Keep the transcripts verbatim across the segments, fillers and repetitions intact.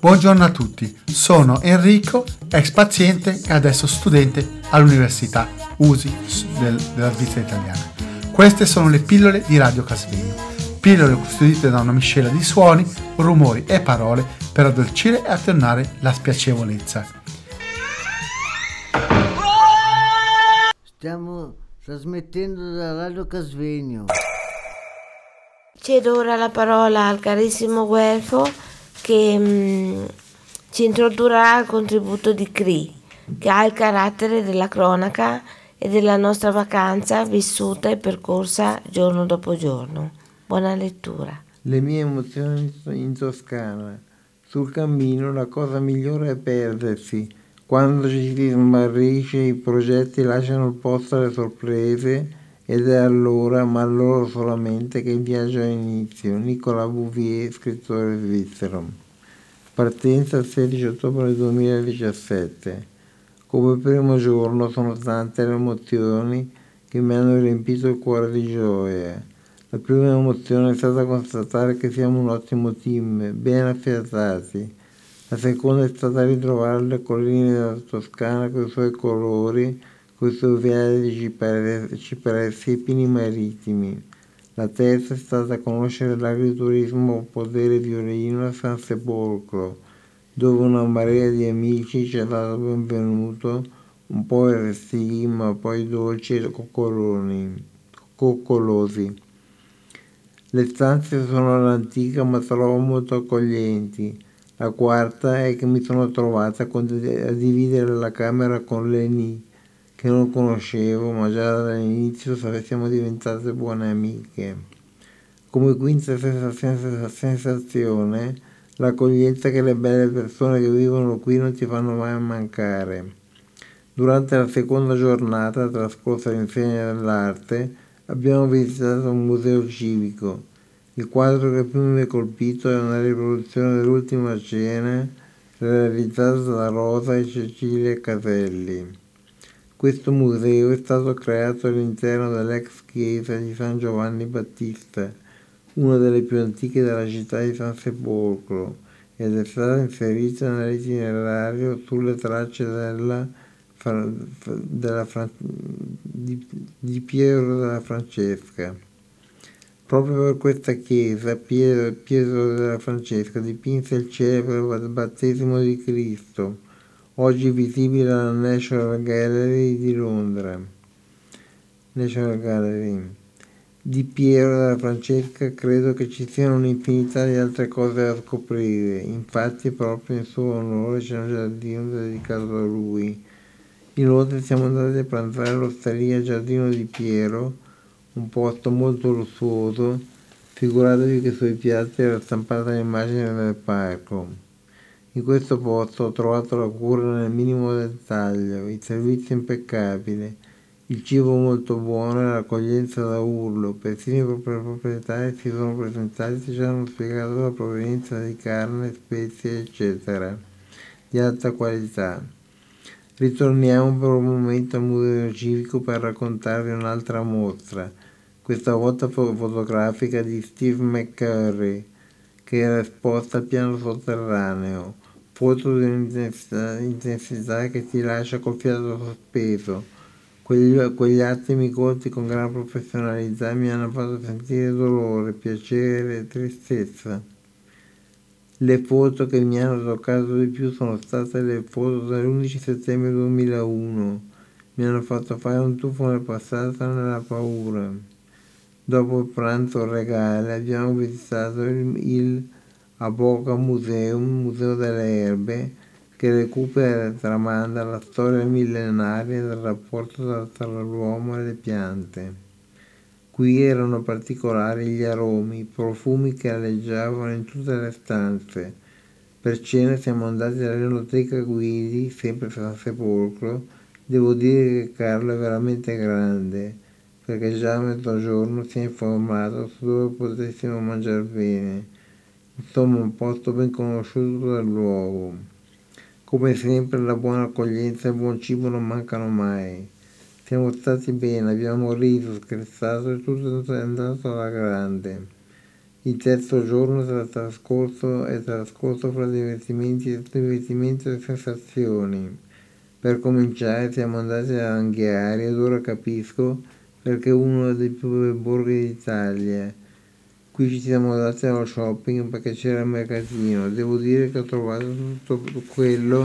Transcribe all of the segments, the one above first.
Buongiorno a tutti, sono Enrico, ex paziente e adesso studente all'Università U S I del, della Svizzera italiana. Queste sono le pillole di Radio Casvegno, pillole custodite da una miscela di suoni, rumori e parole per addolcire e attenuare la spiacevolezza. Stiamo trasmettendo da Radio Casvegno. Cedo ora la parola al carissimo Guelfo che mh, ci introdurrà il contributo di Cree, che ha il carattere della cronaca e della nostra vacanza vissuta e percorsa giorno dopo giorno. Buona lettura. Le mie emozioni in Toscana. Sul cammino la cosa migliore è perdersi. Quando ci si smarrisce i progetti lasciano il posto alle sorprese ed è allora, ma allora solamente, che il viaggio ha inizio. Nicolas Bouvier, scrittore svizzero. Partenza il sedici ottobre duemiladiciassette. Come primo giorno sono tante le emozioni che mi hanno riempito il cuore di gioia. La prima emozione è stata constatare che siamo un ottimo team, ben affiatati. La seconda è stata ritrovare le colline della Toscana con i suoi colori, con i suoi viali di cipressi, cipressi e pini marittimi. La terza è stata conoscere l'agriturismo Podere Violino a San Sepolcro, dove una marea di amici ci ha dato benvenuto, un po' resti ma poi dolci e coccoloni, coccolosi. Le stanze sono all'antica ma trovo molto accoglienti. La quarta è che mi sono trovata a dividere la camera con Leni, che non conoscevo, ma già dall'inizio siamo diventate buone amiche. Come quinta sensazione, l'accoglienza che le belle persone che vivono qui non ti fanno mai mancare. Durante la seconda giornata, trascorsa all'insegna dell'arte, abbiamo visitato un museo civico. Il quadro che più mi ha colpito è una riproduzione dell'Ultima Cena realizzata da Rosa e Cecilia Caselli. Questo museo è stato creato all'interno dell'ex chiesa di San Giovanni Battista, una delle più antiche della città di San Sepolcro, ed è stata inserita nell'itinerario sulle tracce della, della, di, di Piero della Francesca. Proprio per questa chiesa Piero, Pietro della Francesca dipinse il celebre battesimo di Cristo, oggi visibile alla National Gallery di Londra. National Gallery. Di Piero della Francesca credo che ci siano un'infinità di altre cose da scoprire, infatti proprio in suo onore c'è un giardino dedicato a lui. Inoltre siamo andati a pranzare all'osteria Giardino di Piero, un posto molto lussuoso, figuratevi che sui piatti era stampata l'immagine del parco. In questo posto ho trovato la cura nel minimo dettaglio, il servizio impeccabile, il cibo molto buono e l'accoglienza da urlo. Persino i proprietari si sono presentati e ci hanno spiegato la provenienza di carne, spezie, eccetera, di alta qualità. Ritorniamo per un momento al Museo Civico per raccontarvi un'altra mostra, questa volta fotografica di Steve McCurry, che era esposta al piano sotterraneo, foto di un'intensità intensità che ti lascia col fiato sospeso. Quegli, quegli attimi colti con gran professionalità mi hanno fatto sentire dolore, piacere e tristezza. Le foto che mi hanno toccato di più sono state le foto dell'undici settembre duemilauno. Mi hanno fatto fare un tuffo nel passato e nella paura. Dopo il pranzo regale abbiamo visitato il, il Aboga Museum, Museo delle Erbe, che recupera e tramanda la storia millenaria del rapporto tra l'uomo e le piante. Qui erano particolari gli aromi, i profumi che aleggiavano in tutte le stanze. Per cena siamo andati all'Enoteca Guidi, sempre a San Sepolcro. Devo dire che Carlo è veramente grande, perché già a mezzogiorno si è informato su dove potessimo mangiare bene. Insomma, un posto ben conosciuto dal luogo. Come sempre la buona accoglienza e il buon cibo non mancano mai. Siamo stati bene, abbiamo riso, scherzato e tutto è andato alla grande. Il terzo giorno sarà trascorso, è trascorso fra divertimenti, divertimento e sensazioni. Per cominciare siamo andati a Anghiari ed ora capisco perché è uno dei più bei borghi d'Italia. Qui ci siamo andati allo shopping perché c'era il mercatino. Devo dire che ho trovato tutto quello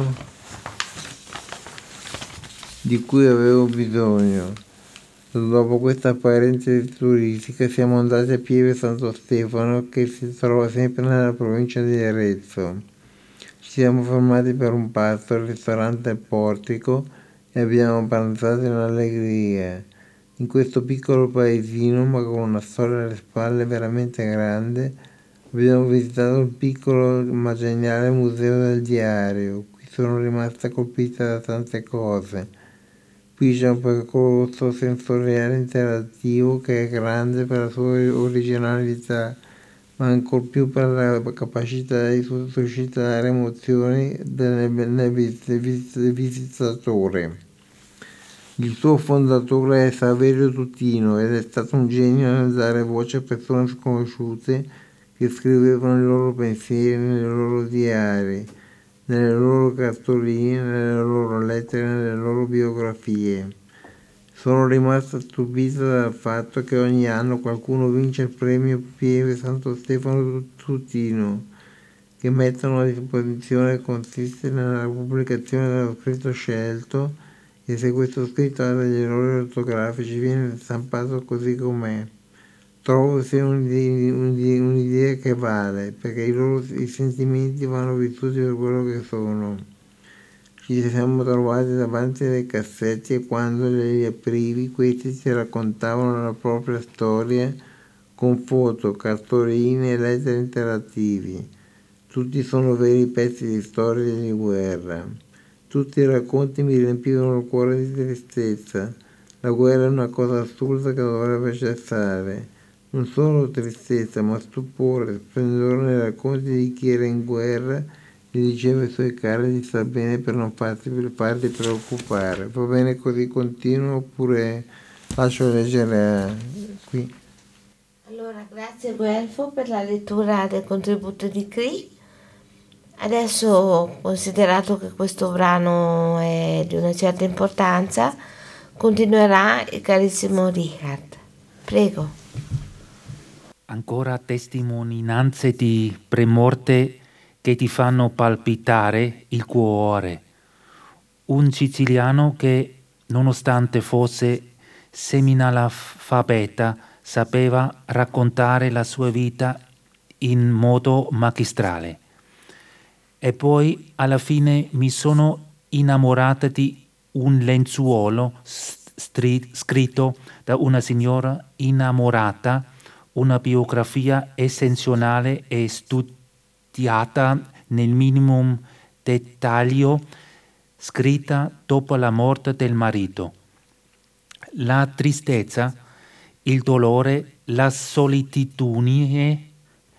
di cui avevo bisogno. Dopo questa parentesi turistica siamo andati a Pieve Santo Stefano, che si trova sempre nella provincia di Arezzo. Ci siamo fermati per un pasto al ristorante Portico e abbiamo pranzato in allegria. In questo piccolo paesino, ma con una storia alle spalle veramente grande, abbiamo visitato il piccolo ma geniale museo del diario. Qui sono rimasta colpita da tante cose. Qui c'è un percorso sensoriale interattivo che è grande per la sua originalità, ma ancor più per la capacità di suscitare emozioni nel, nel visitatore. Il suo fondatore è Saverio Tutino ed è stato un genio nel dare voce a persone sconosciute che scrivevano i loro pensieri nei loro diari, nelle loro cartoline, nelle loro lettere, nelle loro biografie. Sono rimasta stupita dal fatto che ogni anno qualcuno vince il premio Pieve Santo Stefano Tutino, che mettono a disposizione consiste nella pubblicazione dello scritto scelto, e se questo scritto ha degli errori ortografici viene stampato così com'è. Trovo sia un'idea, un'idea che vale, perché i loro i sentimenti vanno vissuti per quello che sono. Ci siamo trovati davanti ai cassetti e quando li aprivi questi ci raccontavano la propria storia con foto, cartoline e lettere interattivi. Tutti sono veri pezzi di storia di guerra. Tutti i racconti mi riempivano il cuore di tristezza. La guerra è una cosa assurda che dovrebbe cessare. Non solo tristezza, ma stupore, splendore nei racconti di chi era in guerra e diceva ai suoi cari di star bene per non farsi, farli preoccupare. Va bene così, continuo oppure lascio leggere qui? Allora, grazie Guelfo per la lettura del contributo di Cree. Adesso, considerato che questo brano è di una certa importanza, continuerà il carissimo Richard. Prego. Ancora testimonianze di premorte che ti fanno palpitare il cuore. Un siciliano che, nonostante fosse seminalfabeta, sapeva raccontare la sua vita in modo magistrale. E poi alla fine mi sono innamorata di un lenzuolo stri- scritto da una signora innamorata, una biografia essenziale e studiata nel minimo dettaglio, scritta dopo la morte del marito. La tristezza, il dolore, la solitudine,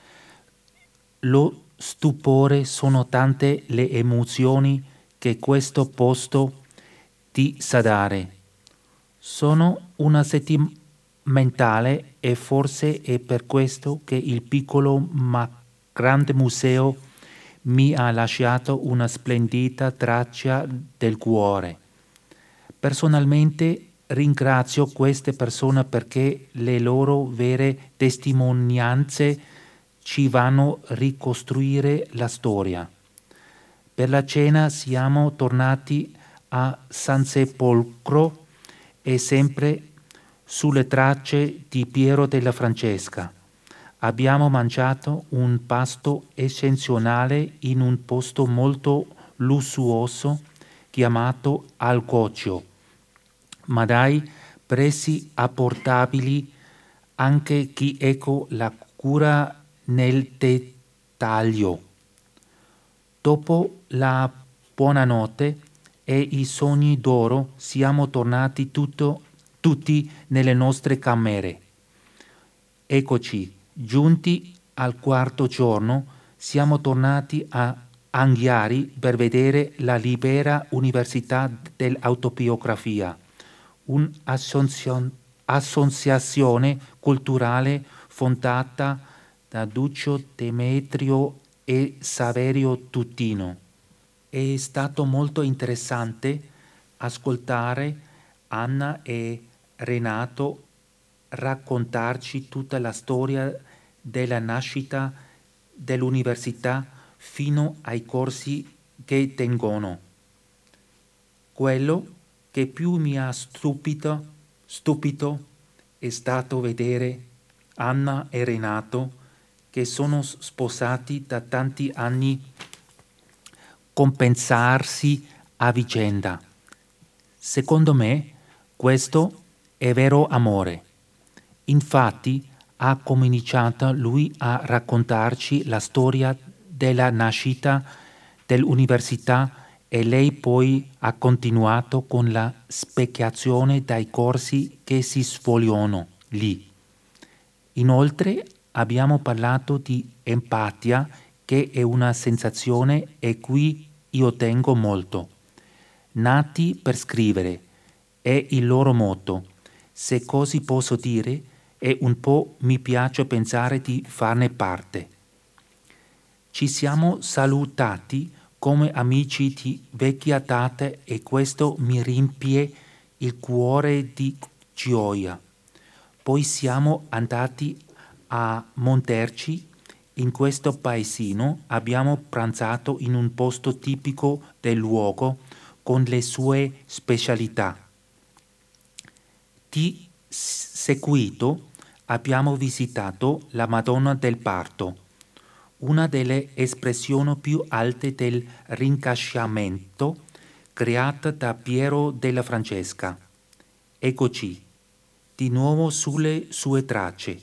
lo stupore sono tante le emozioni che questo posto ti sa dare. Sono una sentimentale e forse è per questo che il piccolo ma grande museo mi ha lasciato una splendida traccia del cuore. Personalmente ringrazio queste persone perché le loro vere testimonianze ci vanno a ricostruire la storia. Per la cena siamo tornati a San Sepolcro e sempre sulle tracce di Piero della Francesca. Abbiamo mangiato un pasto eccezionale in un posto molto lussuoso chiamato Al Goccio, ma dai prezzi apportabili anche chi ecco la cura nel dettaglio. Dopo la buonanotte e i sogni d'oro siamo tornati tutto, tutti nelle nostre camere. Eccoci, giunti al quarto giorno, siamo tornati a Anghiari per vedere la Libera Università dell'Autobiografia, un'associazione culturale fondata da Duccio Demetrio e Saverio Tutino. È stato molto interessante ascoltare Anna e Renato raccontarci tutta la storia della nascita dell'università fino ai corsi che tengono. Quello che più mi ha stupito, stupito è stato vedere Anna e Renato, che sono sposati da tanti anni, compensarsi a vicenda. Secondo me questo è vero amore. Infatti ha cominciato lui a raccontarci la storia della nascita dell'università e lei poi ha continuato con la spiegazione dei corsi che si svolgono lì. Inoltre abbiamo parlato di empatia, che è una sensazione e qui io tengo molto. Nati per scrivere è il loro motto, se così posso dire, e un po' mi piace pensare di farne parte. Ci siamo salutati come amici di vecchia data e questo mi riempie il cuore di gioia. Poi siamo andati a Monterci, in questo paesino, abbiamo pranzato in un posto tipico del luogo con le sue specialità. Di seguito abbiamo visitato la Madonna del Parto, una delle espressioni più alte del rinascimento creata da Piero della Francesca. Eccoci, di nuovo sulle sue tracce.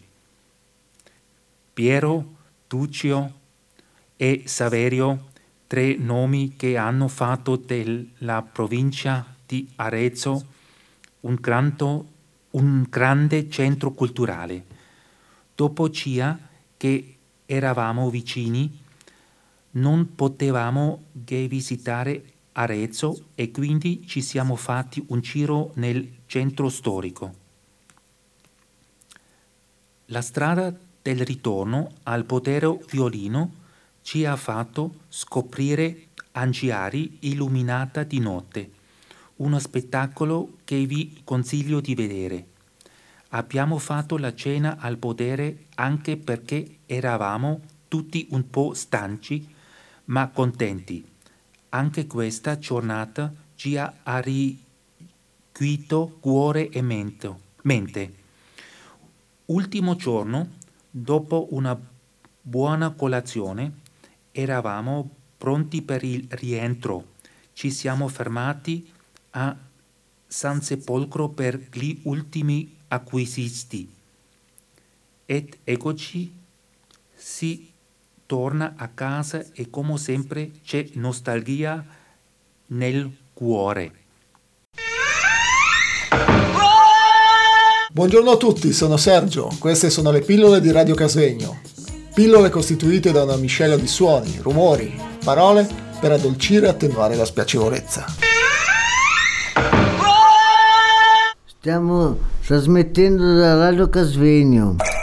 Piero, Duccio e Saverio, tre nomi che hanno fatto della provincia di Arezzo un, granto, un grande centro culturale. Dopo cia che eravamo vicini, non potevamo che visitare Arezzo e quindi ci siamo fatti un giro nel centro storico. La strada del ritorno al Potere Violino ci ha fatto scoprire Angiari illuminata di notte, uno spettacolo che vi consiglio di vedere. Abbiamo fatto la cena al Potere anche perché eravamo tutti un po' stanchi ma contenti. Anche questa giornata ci ha arricchito cuore e mente. Ultimo giorno, dopo una buona colazione, eravamo pronti per il rientro. Ci siamo fermati a San Sepolcro per gli ultimi acquisti. Ed eccoci, si torna a casa e come sempre c'è nostalgia nel cuore. Buongiorno a tutti, sono Sergio, queste sono le pillole di Radio Casvegno. Pillole costituite da una miscela di suoni, rumori, parole per addolcire e attenuare la spiacevolezza. Stiamo trasmettendo da Radio Casvegno.